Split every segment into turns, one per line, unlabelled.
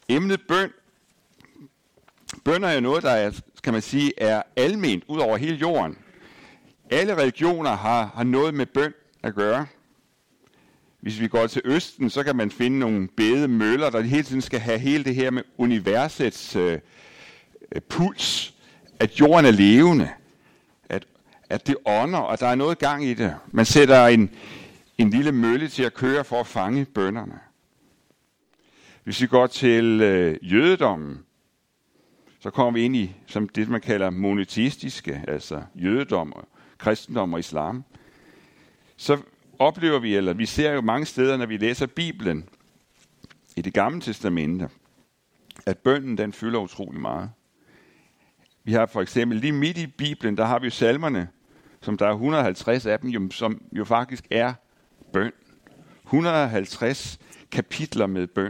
Emnet bøn. Bøn er jo noget, der er, kan man sige, er alment ud over hele jorden. Alle religioner har noget med bøn at gøre. Hvis vi går til Østen, så kan man finde nogle bedemøller, der hele tiden skal have hele det her med universets puls, at jorden er levende, at det ånder, og der er noget gang i det. Man sætter en lille mølle til at køre for at fange bønnerne. Hvis vi går til jødedommen, så kommer vi ind i som det, man kalder monoteistiske, altså jødedom, kristendom og islam. Så oplever vi, eller vi ser jo mange steder, når vi læser Bibelen i Det Gamle Testamente, at bønnen den fylder utrolig meget. Vi har for eksempel lige midt i Bibelen, der har vi jo salmerne, som der er 150 af dem, som jo faktisk er bøn. 150 kapitler med bøn.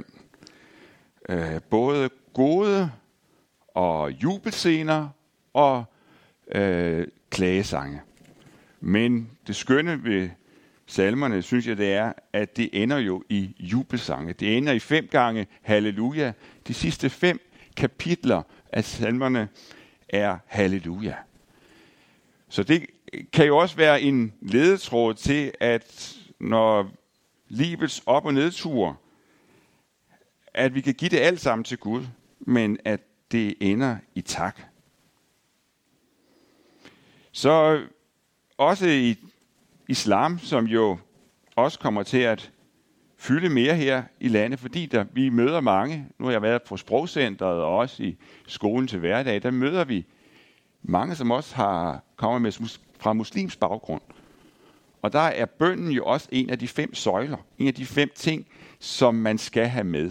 Både gode og jubelscener og klagesange. Men det skønne ved salmerne, synes jeg, det er, at det ender jo i jubelsange. Det ender i 5 gange halleluja. De sidste 5 kapitler af salmerne er halleluja. Så det kan jo også være en ledetråd til, at når livets op- og nedture, at vi kan give det alt sammen til Gud, men at det ender i tak. Så også i islam, som jo også kommer til at fylde mere her i landet, fordi vi møder mange, nu har jeg været på sprogcentret og også i skolen til hverdag, der møder vi mange, som også kommer med fra muslims baggrund. Og der er bønnen jo også en af de 5 søjler, en af de 5 ting, som man skal have med.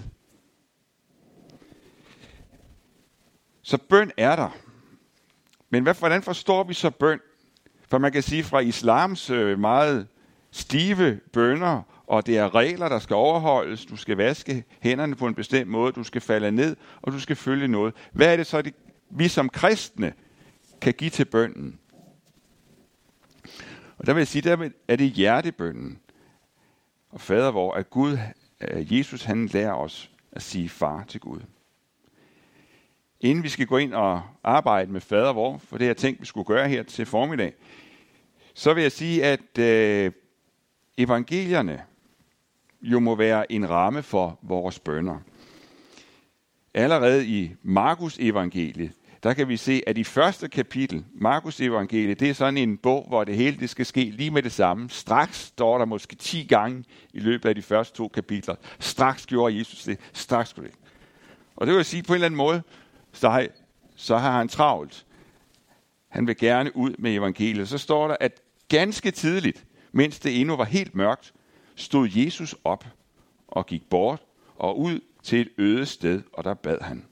Så bøn er der. Men hvordan forstår vi så bøn? For man kan sige fra islams meget stive bønner, og det er regler, der skal overholdes. Du skal vaske hænderne på en bestemt måde, du skal falde ned, og du skal følge noget. Hvad er det så, vi som kristne kan give til bønnen? Og der vil jeg sige, der er det hjertebønnen. Og fader vor, at Gud, Jesus, han lærer os at sige far til Gud. Inden vi skal gå ind og arbejde med fader vor, for det jeg tænkte, vi skulle gøre her til formiddag, så vil jeg sige, at evangelierne jo må være en ramme for vores bønner. Allerede i Markus evangeliet, der kan vi se, at i første kapitel, Markus evangeliet, det er sådan en bog, hvor det hele det skal ske lige med det samme. Straks står der måske 10 gange i løbet af de første 2 kapitler. Straks gjorde Jesus det. Straks gjorde det. Og det vil jeg sige på en eller anden måde, så har han travlt. Han vil gerne ud med evangeliet. Så står der, at ganske tidligt, mens det endnu var helt mørkt, stod Jesus op og gik bort og ud til et øde sted, og der bad han.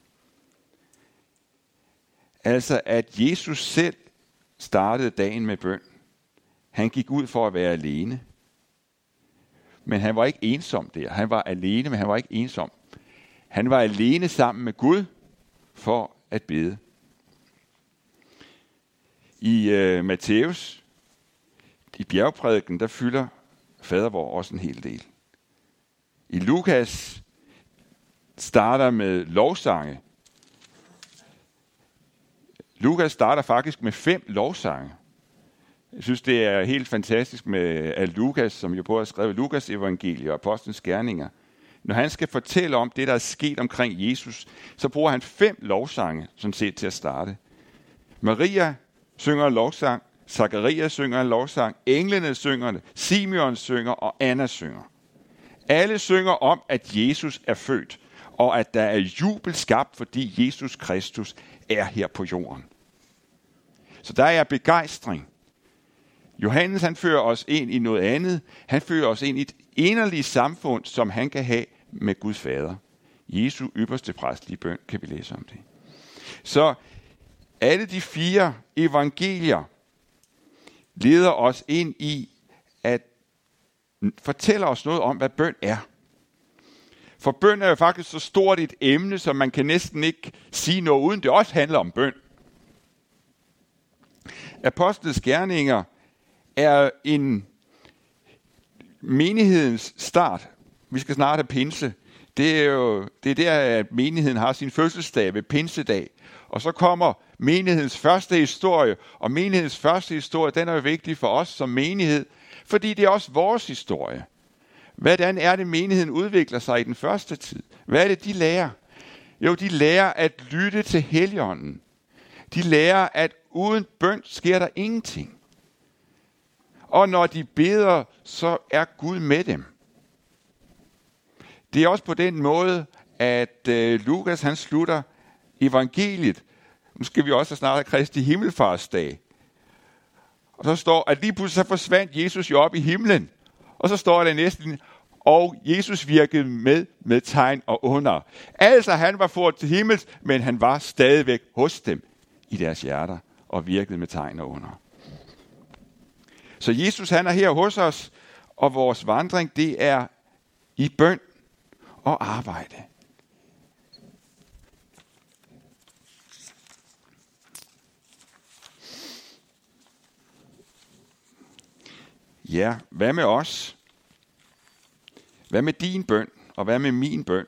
Altså, at Jesus selv startede dagen med bøn. Han gik ud for at være alene. Men han var ikke ensom der. Han var alene, men han var ikke ensom. Han var alene sammen med Gud for at bede. I Matthæus, i bjergprædiken, der fylder fader vor også en hel del. I Lukas starter med lovsange. Lukas starter faktisk med 5 lovsange. Jeg synes, det er helt fantastisk med Lukas, som jo både har skrevet Lukas evangelie og Apostlenes gerninger. Når han skal fortælle om det, der er sket omkring Jesus, så bruger han 5 lovsange, sådan set til at starte. Maria synger en lovsang, Zacharias synger en lovsang, englene synger det, Simeon synger og Anna synger. Alle synger om, at Jesus er født, og at der er jubel skabt, fordi Jesus Kristus er her på jorden. Så der er begejstring. Johannes, han fører os ind i noget andet. Han fører os ind i et inderligt samfund, som han kan have med Gud Fader. Jesu ypperste præstlige bøn, kan vi læse om det. Så alle de 4 evangelier leder os ind i at fortælle os noget om, hvad bøn er. For bøn er jo faktisk så stort et emne, som man kan næsten ikke sige noget, uden det også handler om bøn. Apostlenes gerninger er en menighedens start. Vi skal snart have pinse. Det er der, at menigheden har sin fødselsdag ved pinsedag. Og så kommer menighedens første historie. Og menighedens første historie, den er jo vigtig for os som menighed, fordi det er også vores historie. Hvordan er det, menigheden udvikler sig i den første tid? Hvad er det, de lærer? Jo, de lærer at lytte til Helligånden. De lærer, at uden bøn sker der ingenting. Og når de beder, så er Gud med dem. Det er også på den måde, at Lukas han slutter evangeliet. Nu skal vi også snart have Kristi himmelfartsdag. Og så står, at lige pludselig så forsvandt Jesus jo op i himlen. Og så står der næsten, og Jesus virkede med tegn og under. Altså han var fået til himmels, men han var stadigvæk hos dem i deres hjerter og virkede med tegn og under. Så Jesus han er her hos os, og vores vandring det er i bøn og arbejde. Ja, hvad med os? Hvad med din bøn, og hvad med min bøn?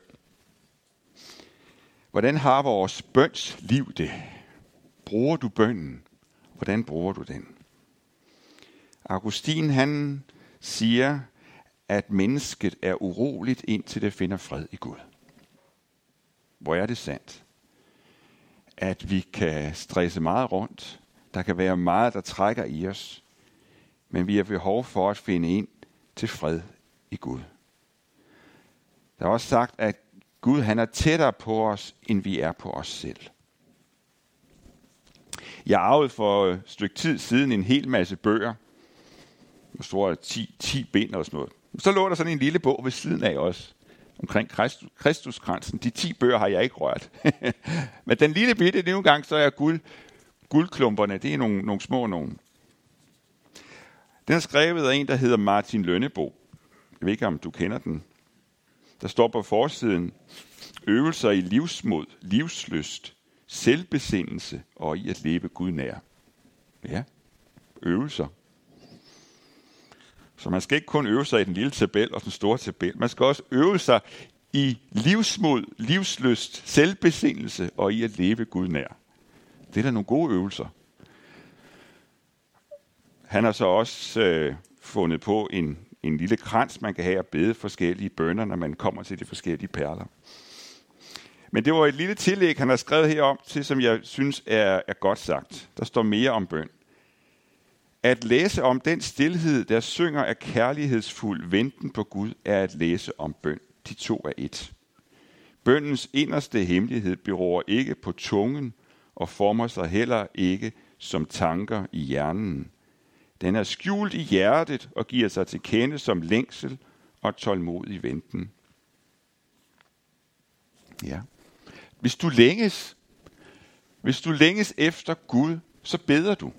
Hvordan har vores bøns liv det? Bruger du bønnen? Hvordan bruger du den? Augustin han siger, at mennesket er uroligt, indtil det finder fred i Gud. Hvor er det sandt? At vi kan stresse meget rundt. Der kan være meget, der trækker i os. Men vi har behov for at finde ind til fred i Gud. Der er også sagt, at Gud han er tættere på os, end vi er på os selv. Jeg arvede for et stykke tid siden en hel masse bøger. Jeg tror 10 bind og sådan noget. Så lå der sådan en lille bog ved siden af os, omkring Kristuskransen. De 10 bøger har jeg ikke rørt. Men den lille bitte, nogle gange så er guldklumperne, det er nogle små nogen. Den er skrevet af en, der hedder Martin Lønnebo. Jeg ved ikke, om du kender den. Der står på forsiden, øvelser i livsmod, livslyst, selvbesindelse og i at leve Gud nær. Ja, øvelser. Så man skal ikke kun øve sig i den lille tabel og den store tabel. Man skal også øve sig i livsmod, livslyst, selvbesindelse og i at leve Gud nær. Det er da nogle gode øvelser. Han har så også fundet på en lille krans, man kan have at bede forskellige bønner, når man kommer til de forskellige perler. Men det var et lille tillæg, han har skrevet herom til, som jeg synes er godt sagt. Der står mere om bøn. At læse om den stilhed, der synger af kærlighedsfuld venten på Gud, er at læse om bøn. De to er et. Bønnens inderste hemmelighed beror ikke på tungen og former sig heller ikke som tanker i hjernen. Den er skjult i hjertet og giver sig til kende som længsel og tålmodig venten. Ja. Hvis du længes efter Gud, så beder du.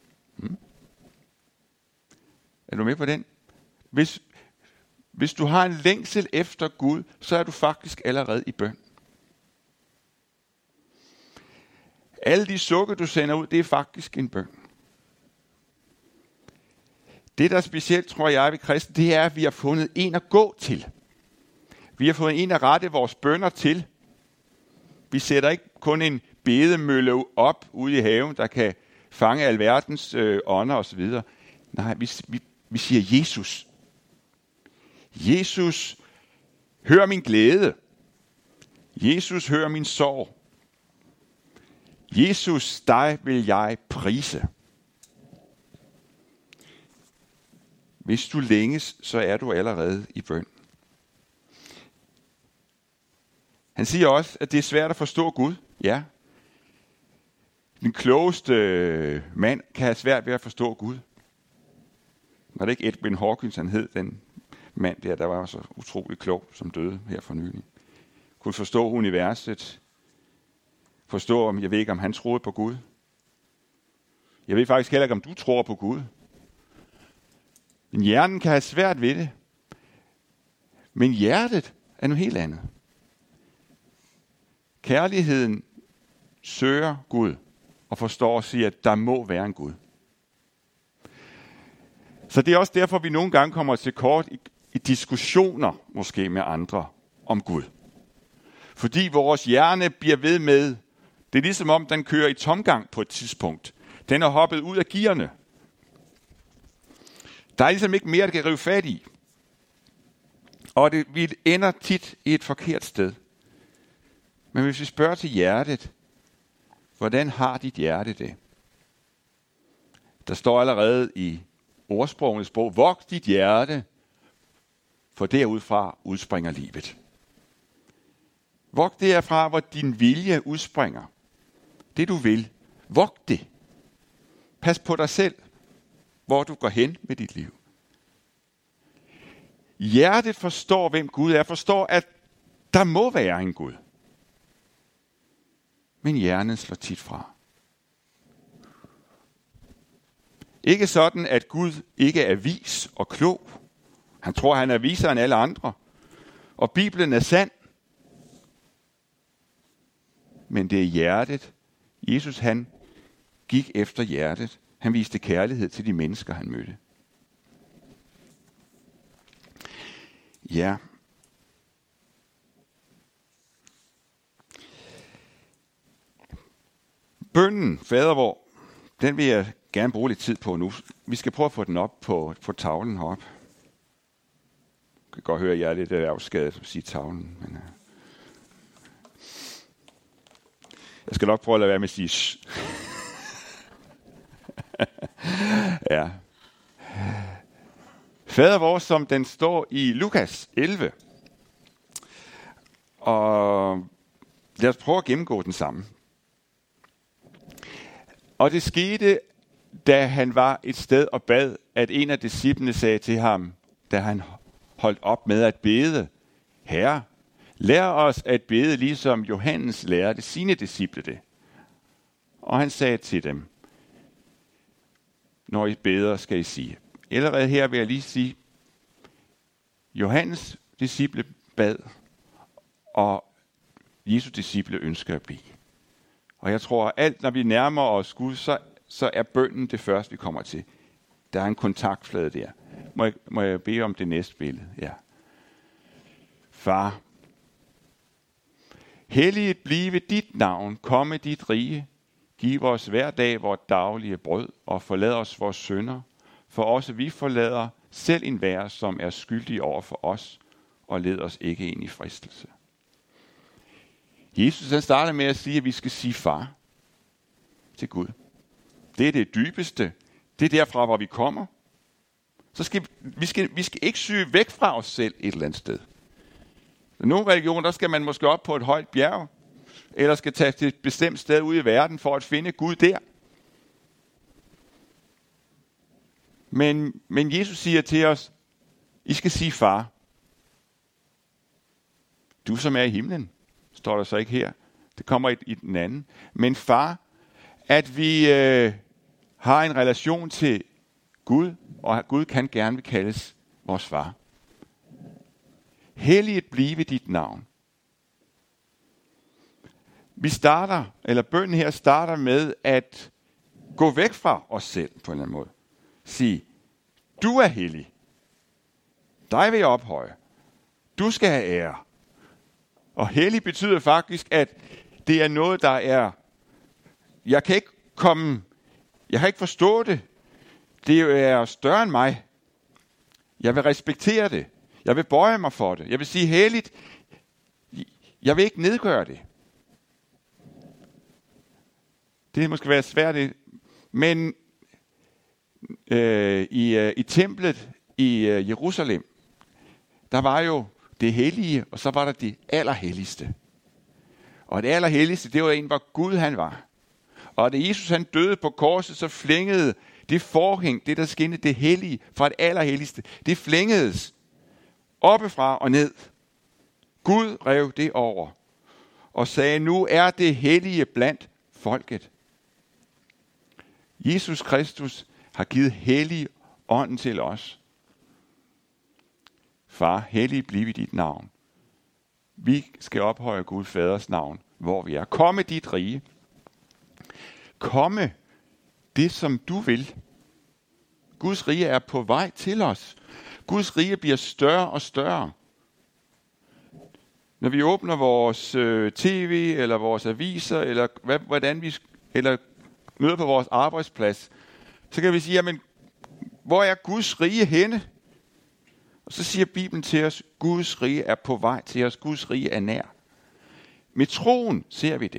Er du med på den? Hvis du har en længsel efter Gud, så er du faktisk allerede i bøn. Alle de sukker, du sender ud, det er faktisk en bøn. Det, der er specielt, tror jeg, ved kristne, det er, at vi har fundet en at gå til. Vi har fundet en at rette vores bønner til. Vi sætter ikke kun en bedemølle op ude i haven, der kan fange alverdens ånder osv. Nej, vi siger Jesus. Jesus, hør min glæde. Jesus, hør min sorg. Jesus, dig vil jeg prise. Hvis du længes, så er du allerede i bøn. Han siger også, at det er svært at forstå Gud. Ja. Den klogeste mand kan have svært ved at forstå Gud. Var det ikke Edwin Hawkins, han hed, den mand der var så utrolig klog, som døde her for nylig. Kunne forstå universet. Jeg ved ikke, om han troede på Gud. Jeg ved faktisk heller ikke, om du tror på Gud. Men hjernen kan have svært ved det. Men hjertet er noget helt andet. Kærligheden søger Gud og forstår og siger, at der må være en Gud. Så det er også derfor, vi nogle gange kommer til kort i diskussioner måske med andre om Gud. Fordi vores hjerne bliver ved med, det er ligesom om den kører i tomgang på et tidspunkt. Den er hoppet ud af gearne. Der er ligesom ikke mere, der kan rive fat i. Og vi ender tit i et forkert sted. Men hvis vi spørger til hjertet, hvordan har dit hjerte det? Der står allerede i ordsprogenes bog, vogt dit hjerte, for derudfra udspringer livet. Vogt derfra, hvor din vilje udspringer. Det du vil, vogt det. Pas på dig selv, hvor du går hen med dit liv. Hjertet forstår, hvem Gud er, forstår, at der må være en Gud. Men hjernen slår tit fra. Ikke sådan, at Gud ikke er vis og klog. Han tror, han er visere end alle andre. Og Bibelen er sand. Men det er hjertet. Jesus, han gik efter hjertet. Han viste kærlighed til de mennesker, han mødte. Ja. Bønnen, Fader vor, den vil jeg gerne bruge lidt tid på nu. Vi skal prøve at få den op på tavlen heroppe. Jeg kan godt høre, at jeg er lidt erhvervsskadet at sige tavlen. Men jeg skal nok prøve at lade være med at sige ja. Fader vor, som den står i Lukas 11. Og lad os prøve at gennemgå den sammen. Og det skete, da han var et sted og bad, at en af disciplene sagde til ham, da han holdt op med at bede, Herre, lær os at bede, ligesom Johannes lærte sine disciple det. Og han sagde til dem, når I beder, skal I sige. Allerede her vil jeg lige sige, Johannes disciple bad, og Jesu disciple ønsker at bede. Og jeg tror, at alt, når vi nærmer os Gud, så er bønnen det første, vi kommer til. Der er en kontaktflade der. Må jeg bede om det næste billede? Ja. Far, helliget blive dit navn, komme dit rige, giv os hver dag vores daglige brød, og forlad os vores synder, for også vi forlader selv enhver, som er skyldig over for os, og led os ikke ind i fristelse. Jesus han starter med at sige, at vi skal sige far til Gud. Det er det dybeste. Det er derfra, hvor vi kommer. Så skal vi skal ikke søge væk fra os selv et eller andet sted. I nogle religioner, der skal man måske op på et højt bjerg, eller skal tage til et bestemt sted ude i verden for at finde Gud der. Men Jesus siger til os, I skal sige far. Du som er i himlen, står der så ikke her. Det kommer i den anden. Men far, at vi har en relation til Gud, og Gud kan gerne kaldes vores far. Helliget blive dit navn. Bønnen her starter med at gå væk fra os selv på en eller anden måde. Sig, du er hellig. Dig vil jeg ophøje. Du skal have ære. Og hellig betyder faktisk, at det er noget, der er... Jeg kan ikke forstå det. Det er større end mig. Jeg vil respektere det. Jeg vil bøje mig for det. Jeg vil sige helligt. Jeg vil ikke nedgøre det. Det måske være svært, men i templet i Jerusalem, der var jo det hellige, og så var der det allerhelligste. Og det allerhelligste, det var en, hvor Gud han var. Og da Jesus han døde på korset, så flængede det forhæng, det der skinnede det hellige fra det allerhelligste, det flængedes oppefra og ned. Gud rev det over og sagde, nu er det hellige blandt folket. Jesus Kristus har givet hellig ånden til os. Far, hellig blive dit navn. Vi skal ophøje Gud Faders navn, hvor vi er. Komme dit rige. Komme det, som du vil. Guds rige er på vej til os. Guds rige bliver større og større. Når vi åbner vores tv, eller vores aviser, eller hvordan vi eller møder på vores arbejdsplads, så kan vi sige, jamen, hvor er Guds rige henne? Og så siger Bibelen til os, Guds rige er på vej til os. Guds rige er nær. Med troen ser vi det.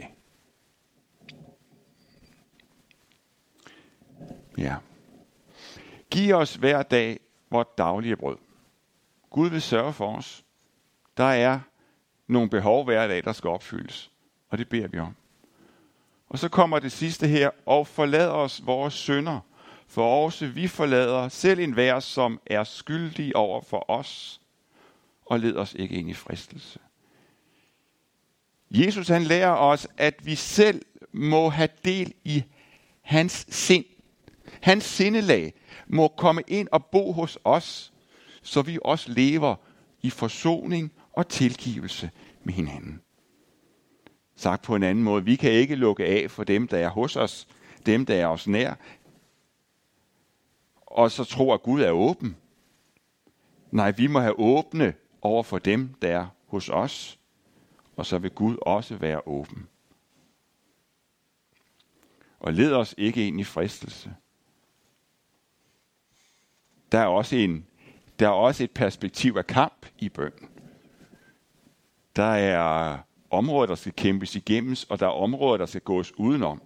Ja. Giv os hver dag vort daglige brød. Gud vil sørge for os. Der er nogle behov hver dag, der skal opfyldes. Og det beder vi om. Og så kommer det sidste her. Og forlad os vores synder. For også vi forlader selv enhver, som er skyldig over for os. Og led os ikke ind i fristelse. Jesus han lærer os, at vi selv må have del i hans sind. Hans sindelag må komme ind og bo hos os, så vi også lever i forsoning og tilgivelse med hinanden. Sagt på en anden måde, vi kan ikke lukke af for dem, der er hos os, dem, der er os nær, og så tro, at Gud er åben. Nej, vi må have åbne over for dem, der er hos os, og så vil Gud også være åben. Og led os ikke ind i fristelse. Der er også et perspektiv af kamp i bøn. Der er områder, der skal kæmpes igennem, og der er områder, der skal gås udenom.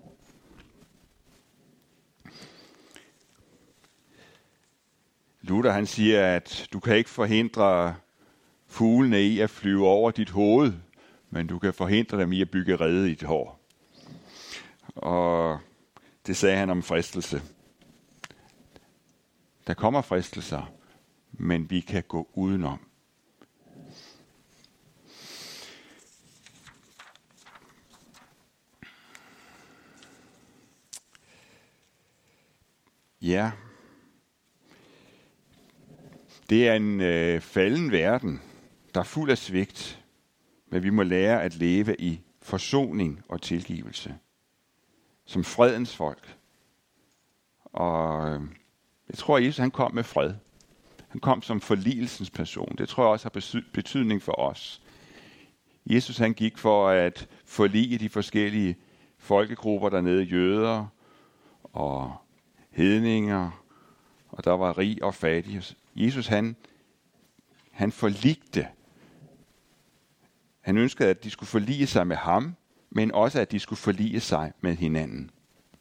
Luther han siger, at du kan ikke forhindre fuglene i at flyve over dit hoved, men du kan forhindre dem i at bygge rede i dit hår. Og det sagde han om fristelse. Der kommer fristelser, men vi kan gå udenom. Ja, det er en falden verden, der er fuld af svigt, men vi må lære at leve i forsoning og tilgivelse, som fredens folk. Og jeg tror, at Jesus han kom med fred. Han kom som forligelsens person. Det tror jeg også har betydning for os. Jesus han gik for at forlige de forskellige folkegrupper dernede, jøder og hedninger, og der var rig og fattig. Jesus han forligte. Han ønskede, at de skulle forlige sig med ham, men også at de skulle forlige sig med hinanden.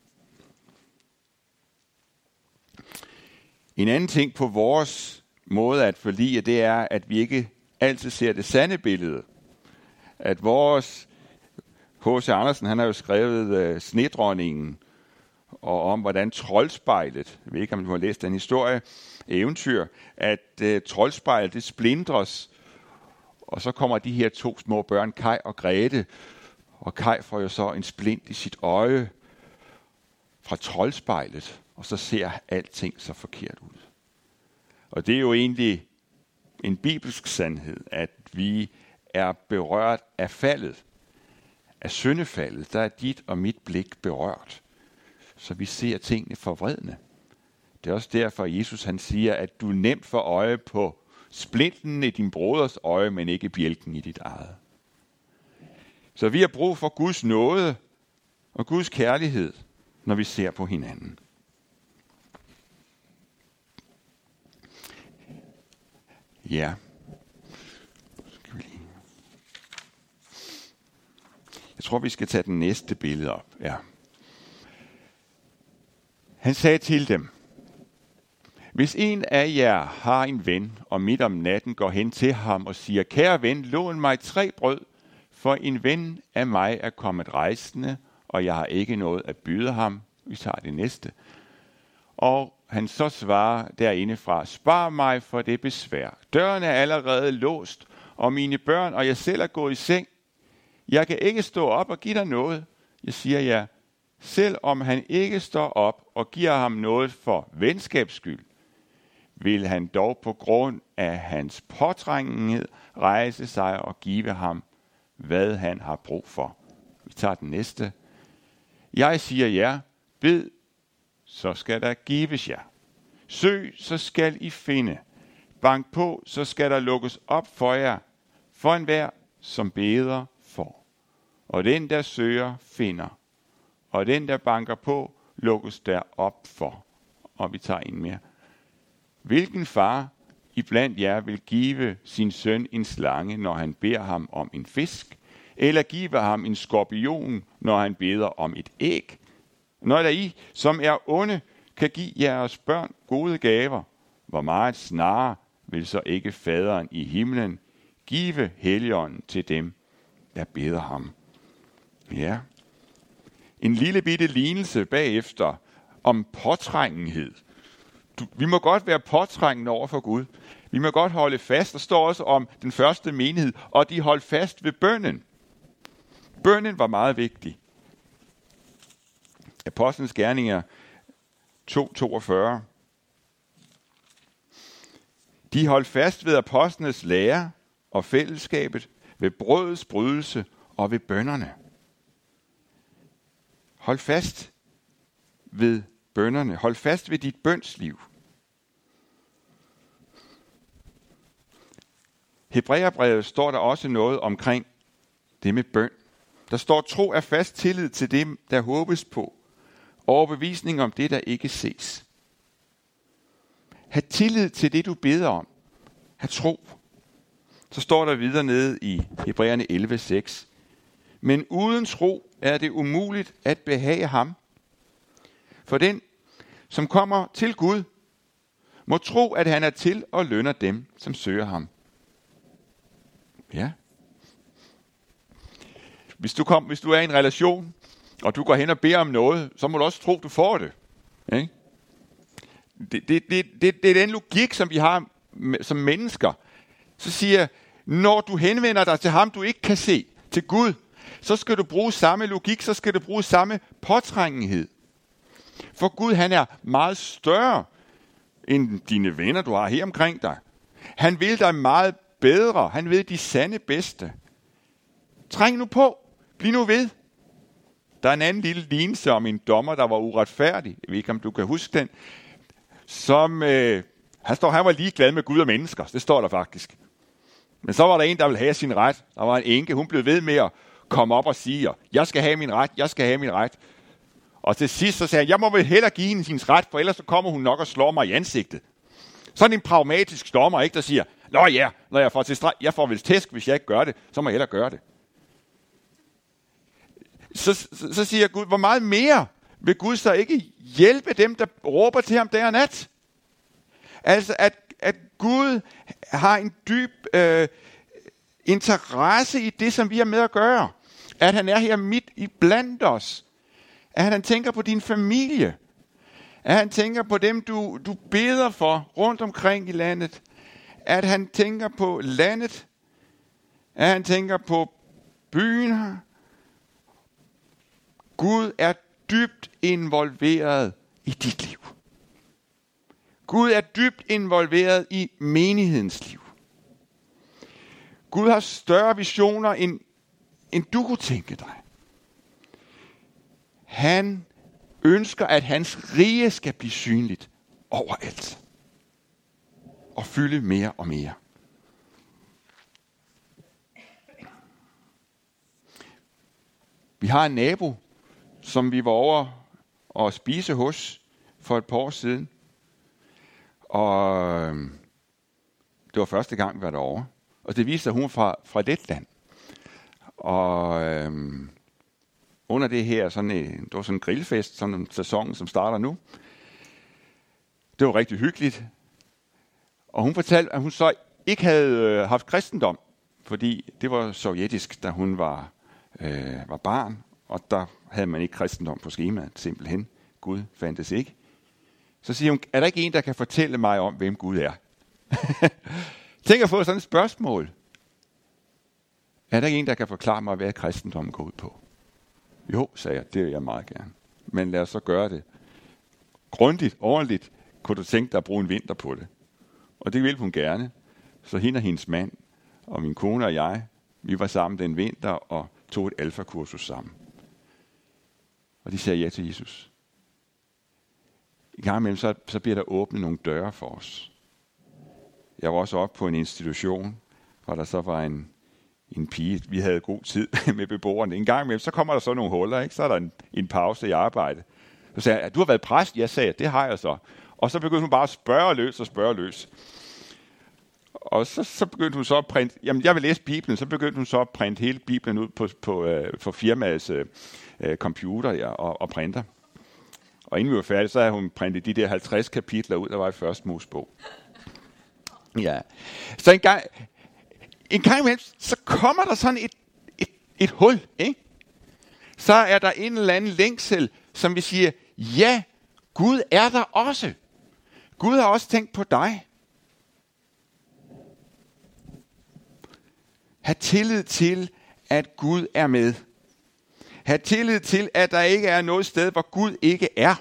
En anden ting på vores måde at forlige, det er, at vi ikke altid ser det sande billede. At vores H.C. Andersen, han har jo skrevet Snedronningen, og om hvordan troldspejlet, jeg ved ikke om du har læst den historie, eventyr, at troldspejlet det splindres, og så kommer de her to små børn, Kai og Grete, og Kai får jo så en splint i sit øje fra troldspejlet, og så ser alting så forkert ud. Og det er jo egentlig en bibelsk sandhed, at vi er berørt af faldet, af syndefaldet. Der er dit og mit blik berørt, så vi ser tingene forvredne. Det er også derfor, at Jesus han siger, at du nemt får øje på splinten i din broders øje, men ikke bjælken i dit eget. Så vi har brug for Guds nåde og Guds kærlighed, når vi ser på hinanden. Ja. Jeg tror, vi skal tage den næste billede op. Ja. Han sagde til dem, hvis en af jer har en ven, og midt om natten går hen til ham og siger, kære ven, lån mig 3 brød, for en ven af mig er kommet rejsende, og jeg har ikke noget at byde ham. Vi tager det næste. Og han så svarer derindefra, spar mig for det besvær. Døren er allerede låst, og mine børn og jeg selv er gået i seng. Jeg kan ikke stå op og give dig noget. Jeg siger jer, selv om han ikke står op og giver ham noget for venskabs skyld, vil han dog på grund af hans påtrængenhed rejse sig og give ham, hvad han har brug for. Vi tager den næste. Jeg siger jer, bed, så skal der gives jer. Søg, så skal I finde. Bank på, så skal der lukkes op for jer. For enhver, som beder, får. Og den, der søger, finder. Og den, der banker på, lukkes der op for. Og vi tager en mere. Hvilken far iblandt jer vil give sin søn en slange, når han beder ham om en fisk? Eller give ham en skorpion, når han beder om et æg? Når der I, som er onde, kan give jeres børn gode gaver, hvor meget snarere vil så ikke faderen i himlen give Helligånden til dem, der beder ham. Ja. En lille bitte lignelse bagefter om påtrængenhed. Vi må godt være påtrængende over for Gud. Vi må godt holde fast. Der står også om den første menighed, og de holdt fast ved bønnen. Bønnen var meget vigtig. Apostlenes Gerninger 2:42. De holdt fast ved apostlenes lære og fællesskabet, ved brødets brydelse og ved bønnerne. Hold fast ved bønnerne. Hold fast ved dit bønsliv. Hebræerbrevet står der også noget omkring det med bøn. Der står, tro er fast tillid til det, der håbes på. Overbevisning om det, der ikke ses. Ha' tillid til det, du beder om. Ha' tro. Så står der videre nede i Hebræerne 11:6. Men uden tro er det umuligt at behage ham. For den, som kommer til Gud, må tro, at han er til og lønner dem, som søger ham. Ja. Hvis du er i en relation, og du går hen og beder om noget, så må du også tro, du får det. Ikke? Det er den logik, som vi har som mennesker. Så siger jeg, når du henvender dig til ham, du ikke kan se, til Gud, så skal du bruge samme logik, så skal du bruge samme påtrængenhed. For Gud, han er meget større end dine venner, du har her omkring dig. Han vil dig meget bedre. Han vil de sande bedste. Træng nu på. Bliv nu ved. Der er en anden lille lignelse om en dommer, der var uretfærdig. Jeg ved ikke, om du kan huske den. Han var ligeglad med Gud og mennesker. Det står der faktisk. Men så var der en, der ville have sin ret. Der var en enke. Hun blev ved med at komme op og sige, jeg skal have min ret, jeg skal have min ret. Og til sidst så sagde han, jeg må vel hellere give hende sin ret, for ellers så kommer hun nok og slår mig i ansigtet. Sådan en pragmatisk dommer, ikke, der siger, nå ja, når jeg får vel tæsk, hvis jeg ikke gør det, så må jeg hellere gøre det. Så siger Gud, hvor meget mere vil Gud så ikke hjælpe dem, der råber til ham dag og nat? Altså, at Gud har en dyb interesse i det, som vi har med at gøre. At han er her midt i blandt os. At han tænker på din familie. At han tænker på dem, du beder for rundt omkring i landet. At han tænker på landet. At han tænker på byen her. Gud er dybt involveret i dit liv. Gud er dybt involveret i menighedens liv. Gud har større visioner, end du kunne tænke dig. Han ønsker, at hans rige skal blive synligt overalt. Og fylde mere og mere. Vi har en nabo, som vi var over og spise hos for et par år siden. Og det var første gang, vi var derovre. Og det viste sig, at hun var fra Letland. Og under det her, det var sådan en grillfest, sådan en sæson, som starter nu. Det var rigtig hyggeligt. Og hun fortalte, at hun så ikke havde haft kristendom, fordi det var sovjetisk, da hun var barn. Og der havde man ikke kristendom på skemaet, simpelthen. Gud fandtes ikke. Så siger hun, er der ikke en, der kan fortælle mig om, hvem Gud er? Tænk at få sådan et spørgsmål. Er der ikke en, der kan forklare mig, hvad kristendommen går ud på? Jo, sagde jeg, det vil jeg meget gerne. Men lad os så gøre det. Grundigt, ordentligt, kunne du tænke dig at bruge en vinter på det. Og det ville hun gerne. Så hende og hendes mand, og min kone og jeg, vi var sammen den vinter og tog et alfakursus sammen. Og de sagde ja til Jesus. I gang imellem, så bliver der åbnet nogle døre for os. Jeg var også oppe på en institution, hvor der så var en pige. Vi havde god tid med beboerne. En gang imellem, så kommer der så nogle huller, ikke? Så er der en pause i arbejde. Så sagde jeg, du har været præst? Jeg sagde, det har jeg så. Og så begyndte hun bare at spørge løs. Og så begyndte hun så at printe, jamen jeg vil læse Bibelen, så begyndte hun så at printe hele Bibelen ud på firmaets computer, ja, og printer. Og inden vi var færdige, så havde hun printet de der 50 kapitler ud, der var i første Mosebog. Ja. Så en gang imellem, så kommer der sådan et hul, ikke? Så er der en eller anden længsel, som vi siger, ja, Gud er der også. Gud har også tænkt på dig. Ha' tillid til, at Gud er med. Ha' tillid til, at der ikke er noget sted, hvor Gud ikke er.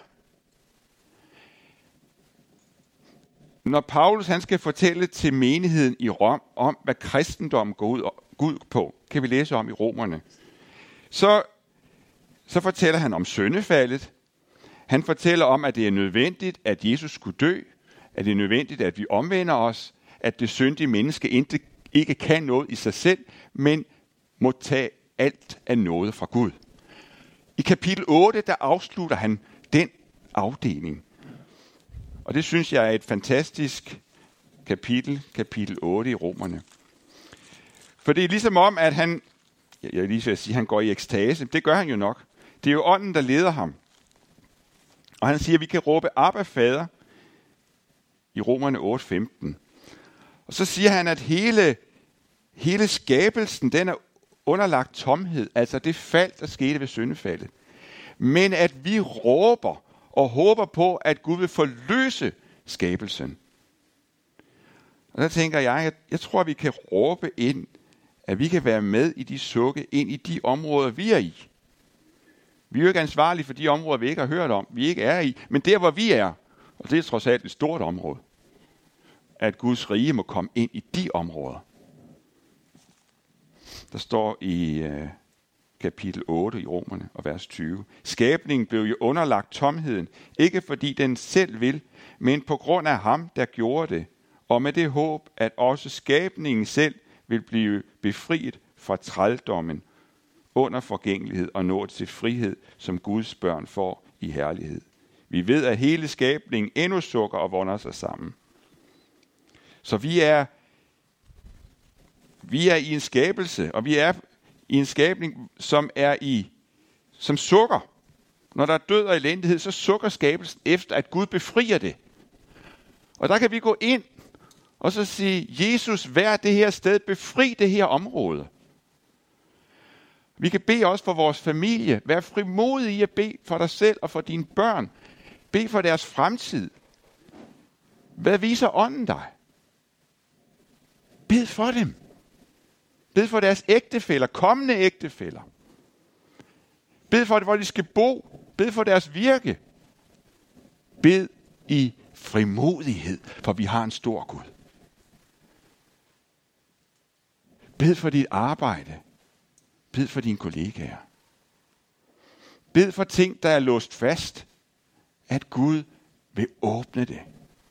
Når Paulus han skal fortælle til menigheden i Rom om, hvad kristendommen går ud på, kan vi læse om i Romerne, så fortæller han om syndefaldet. Han fortæller om, at det er nødvendigt, at Jesus skulle dø, at det er nødvendigt, at vi omvender os, at det syndige menneske ikke kan noget i sig selv, men må tage alt af noget fra Gud. I kapitel 8, der afslutter han den afdeling. Og det synes jeg er et fantastisk kapitel 8 i Romerne. For det er ligesom om, at han går i ekstase. Det gør han jo nok. Det er jo ånden, der leder ham. Og han siger, at vi kan råbe Abba, Fader, i Romerne 8:15. Og så siger han, at hele skabelsen, den er underlagt tomhed, altså det fald, der skete ved syndefaldet. Men at vi råber og håber på, at Gud vil forløse skabelsen. Og der tænker jeg tror, at vi kan råbe ind, at vi kan være med i de sukke, ind i de områder, vi er i. Vi er jo ikke ansvarlige for de områder, vi ikke har hørt om, vi ikke er i, men der, hvor vi er, og det er trods alt et stort område, at Guds rige må komme ind i de områder. Der står i kapitel 8 i Romerne og vers 20. Skabningen blev jo underlagt tomheden, ikke fordi den selv vil, men på grund af ham, der gjorde det, og med det håb, at også skabningen selv vil blive befriet fra trældommen under forgængelighed og nå til frihed, som Guds børn får i herlighed. Vi ved, at hele skabningen endnu sukker og vonder sig sammen. Så vi er i en skabelse, og vi er i en skabning, som sukker. Når der er død og elendighed, så sukker skabelsen efter, at Gud befrier det. Og der kan vi gå ind og så sige, Jesus, vær det her sted, befri det her område. Vi kan bede også for vores familie. Vær frimodig i at bede for dig selv og for dine børn. Bed for deres fremtid. Hvad viser ånden dig? Bed for dem. Bed for deres ægtefæller, kommende ægtefæller. Bed for, hvor de skal bo. Bed for deres virke. Bed i frimodighed, for vi har en stor Gud. Bed for dit arbejde. Bed for dine kollegaer. Bed for ting, der er låst fast, at Gud vil åbne det.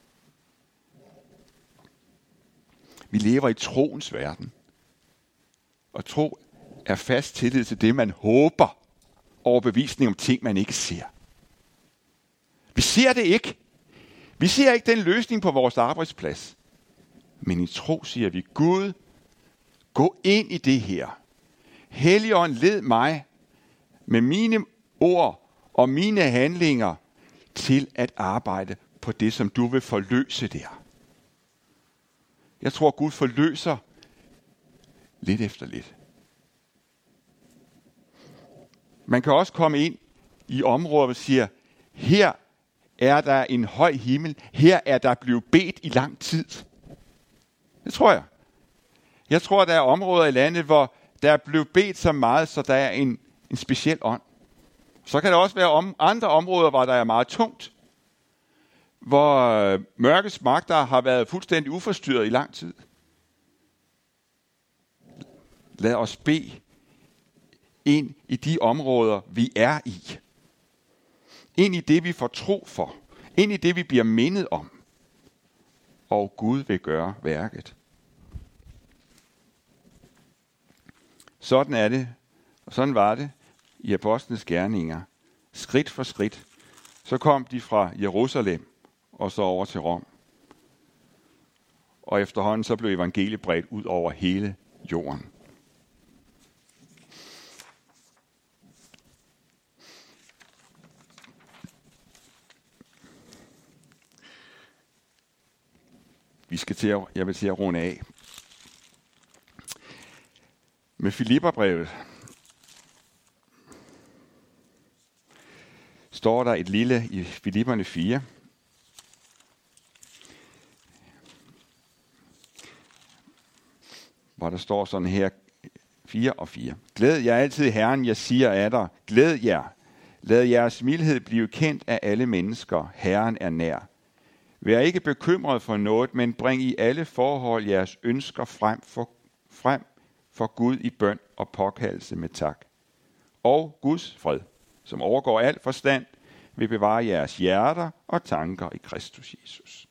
Vi lever i troens verden. Og tro er fast tillid til det, man håber, overbevisning om ting, man ikke ser. Vi ser det ikke. Vi ser ikke den løsning på vores arbejdsplads. Men i tro siger vi, Gud, gå ind i det her. Helligånd, led mig med mine ord og mine handlinger til at arbejde på det, som du vil forløse der. Jeg tror, Gud forløser lidt efter lidt. Man kan også komme ind i områder, hvor man siger, her er der en høj himmel, her er der blevet bedt i lang tid. Det tror jeg. Jeg tror, der er områder i landet, hvor der er blevet bedt så meget, så der er en speciel ånd. Så kan der også være andre områder, hvor der er meget tungt. Hvor mørkets magter har været fuldstændig uforstyrret i lang tid. Lad os bede ind i de områder, vi er i. Ind i det, vi får tro for. Ind i det, vi bliver mindet om. Og Gud vil gøre værket. Sådan er det, og sådan var det i apostlenes gerninger. Skridt for skridt. Så kom de fra Jerusalem og så over til Rom. Og efterhånden så blev evangeliet bredt ud over hele jorden. Jeg vil til at runde af. Med Filipperbrevet står der et lille i Filipperne 4. Hvor der står sådan her 4 og 4. Glæd jer altid i Herren, jeg siger af dig. Glæd jer. Lad jeres mildhed blive kendt af alle mennesker. Herren er nær. Vær ikke bekymret for noget, men bring i alle forhold jeres ønsker frem for Gud i bøn og påkaldelse med tak. Og Guds fred, som overgår al forstand, vil bevare jeres hjerter og tanker i Kristus Jesus.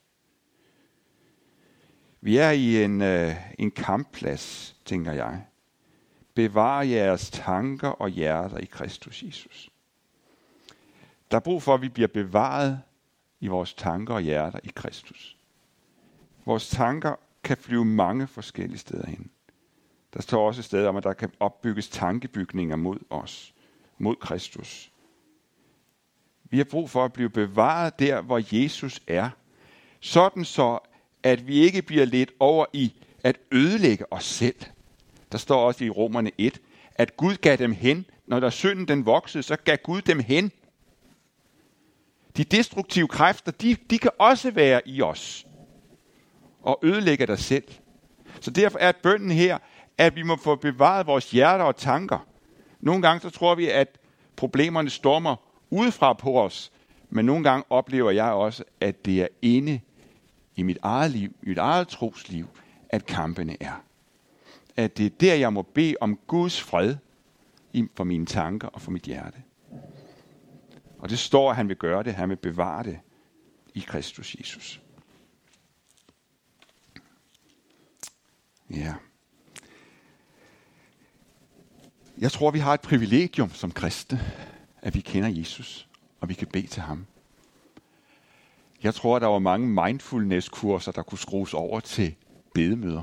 Vi er i en kampplads, tænker jeg. Bevare jeres tanker og hjerter i Kristus Jesus. Der er brug for, at vi bliver bevaret i vores tanker og hjerter i Kristus. Vores tanker kan flyve mange forskellige steder hen. Der står også et sted om, at der kan opbygges tankebygninger mod os, mod Kristus. Vi har brug for at blive bevaret der, hvor Jesus er. Sådan så, at vi ikke bliver ledt over i at ødelægge os selv. Der står også i Romerne 1, at Gud gav dem hen. Når der synden den voksede, så gav Gud dem hen. De destruktive kræfter, de kan også være i os og ødelægge dig selv. Så derfor er bønnen her, at vi må få bevaret vores hjerter og tanker. Nogle gange så tror vi, at problemerne stormer udefra på os, men nogle gange oplever jeg også, at det er inde i mit eget liv, i mit eget trosliv, at kampene er. At det er der, jeg må bede om Guds fred for mine tanker og for mit hjerte. Og det står, at han vil gøre det, han vil bevare det i Kristus Jesus. Ja. Jeg tror, vi har et privilegium som kristne, at vi kender Jesus, og vi kan bede til ham. Jeg tror, der var mange mindfulness-kurser, der kunne skrues over til bedemøder.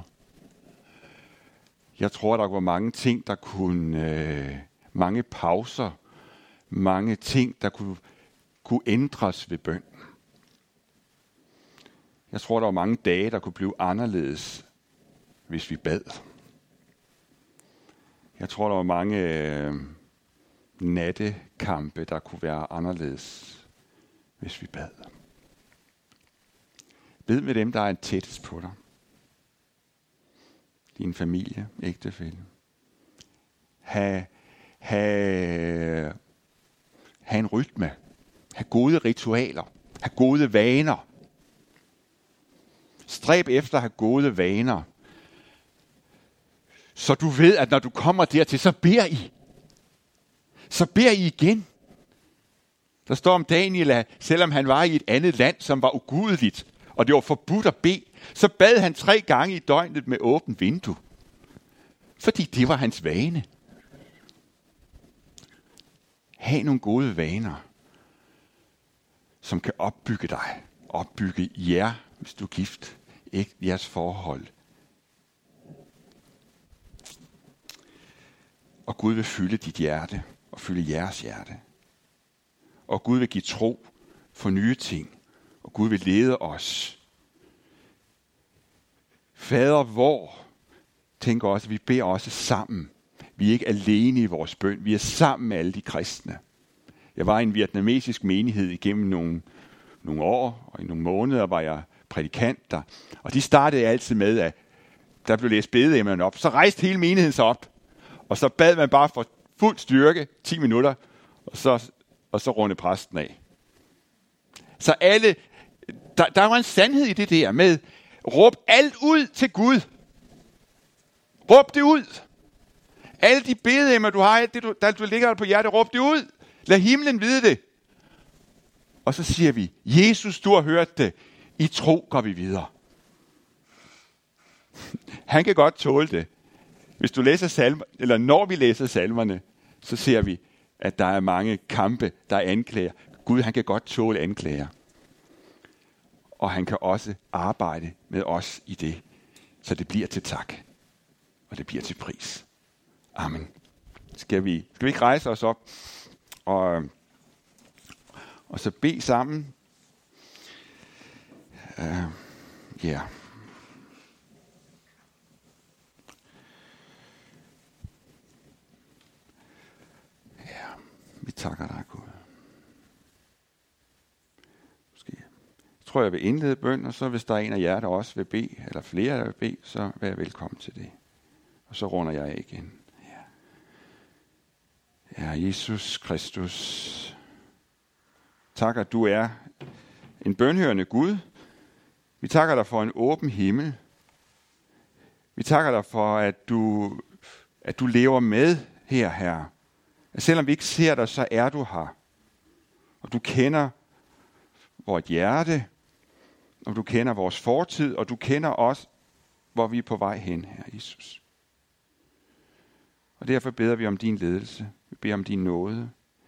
Jeg tror, der var mange ting, der kunne, mange pauser, mange ting, der kunne ændres ved bøn. Jeg tror, der var mange dage, der kunne blive anderledes, hvis vi bad. Jeg tror, der var mange nattekampe, der kunne være anderledes, hvis vi bad. Bed med dem, der er tættest på dig. Din familie, ægtefælle. Ha' en rytme. Ha' gode ritualer. Ha' gode vaner. Stræb efter at have gode vaner. Så du ved, at når du kommer dertil, så beder I. Så beder I igen. Der står om Daniel, at selvom han var i et andet land, som var ugudeligt, og det var forbudt at bede, så bad han 3 gange i døgnet med åbent vindue. Fordi det var hans vane. Ha' nogle gode vaner, som kan opbygge dig. Opbygge jer, hvis du er gift. Ikke jeres forhold. Og Gud vil fylde dit hjerte, og fylde jeres hjerte. Og Gud vil give tro for nye ting. Og Gud vil lede os. Fader vor, tænker også, at vi beder også sammen. Vi er ikke alene i vores bøn. Vi er sammen med alle de kristne. Jeg var i en vietnamesisk menighed igennem nogle år, og i nogle måneder var jeg prædikant der. Og de startede altid med, at der blev læst bedeemnerne op. Så rejste hele menigheden sig op. Og så bad man bare for fuld styrke 10 minutter, og så rundede præsten af. Så alle, der var en sandhed i det der med, råb alt ud til Gud. Råb det ud. Alle de bedeemner, du har, alt det, du ligger på hjertet, råb det ud. Lad himlen vide det. Og så siger vi, Jesus, du har hørt det. I tro går vi videre. Han kan godt tåle det. Hvis du læser salmer, eller når vi læser salmerne, så ser vi, at der er mange kampe, der er anklager. Gud, han kan godt tåle anklager. Og han kan også arbejde med os i det, så det bliver til tak. Og det bliver til pris. Amen. Skal vi ikke rejse os op og så bede sammen? Ja. Vi takker dig, Gud. Jeg tror, jeg vil indlede bøn, og så hvis der er en af jer, der også vil bede, eller flere, der vil bede, så vær velkommen til det. Og så runder jeg af igen. Ja, Jesus Kristus. Tak, at du er en bønhørende Gud. Vi takker dig for en åben himmel. Vi takker dig for, at du lever med her, Herre. At selvom vi ikke ser dig, så er du her. Og du kender vores hjerte, og du kender vores fortid, og du kender også, hvor vi er på vej hen, Herre Jesus. Og derfor beder vi om din ledelse. Vi beder om din nåde.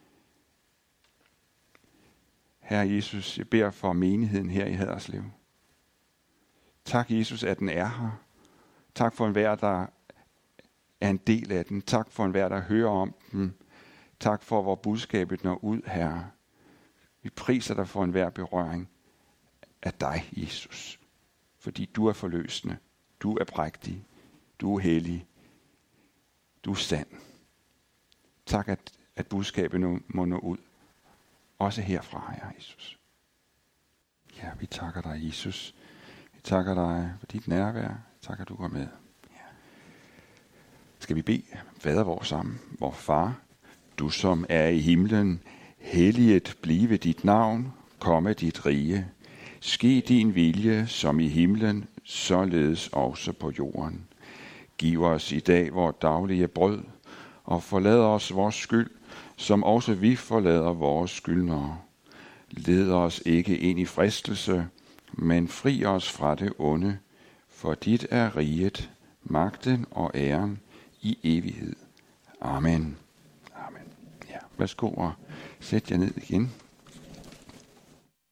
Herre Jesus, jeg beder for menigheden her i Haderslev. Tak, Jesus, at den er her. Tak for enhver, der er en del af den. Tak for enhver, der hører om den. Tak for, hvor budskabet når ud, Herre. Vi priser dig for enhver berøring af dig, Jesus. Fordi du er forløsende. Du er prægtig. Du er hellig. Du er sand. Tak, at budskabet nu må nå ud. Også herfra, Herre Jesus. Ja, vi takker dig, Jesus. Vi takker dig for dit nærvær. Tak, at du går med. Ja. Skal vi bede Fader vor sammen, vor Far, du som er i himlen, helliget blive dit navn, komme dit rige. Ske din vilje, som i himlen, således også på jorden. Giv os i dag vores daglige brød, og forlad os vores skyld, som også vi forlader vores skyldnere. Led os ikke ind i fristelse, men fri os fra det onde, for dit er riget, magten og æren i evighed. Amen. Amen. Ja, værsgo og sæt jer ned igen.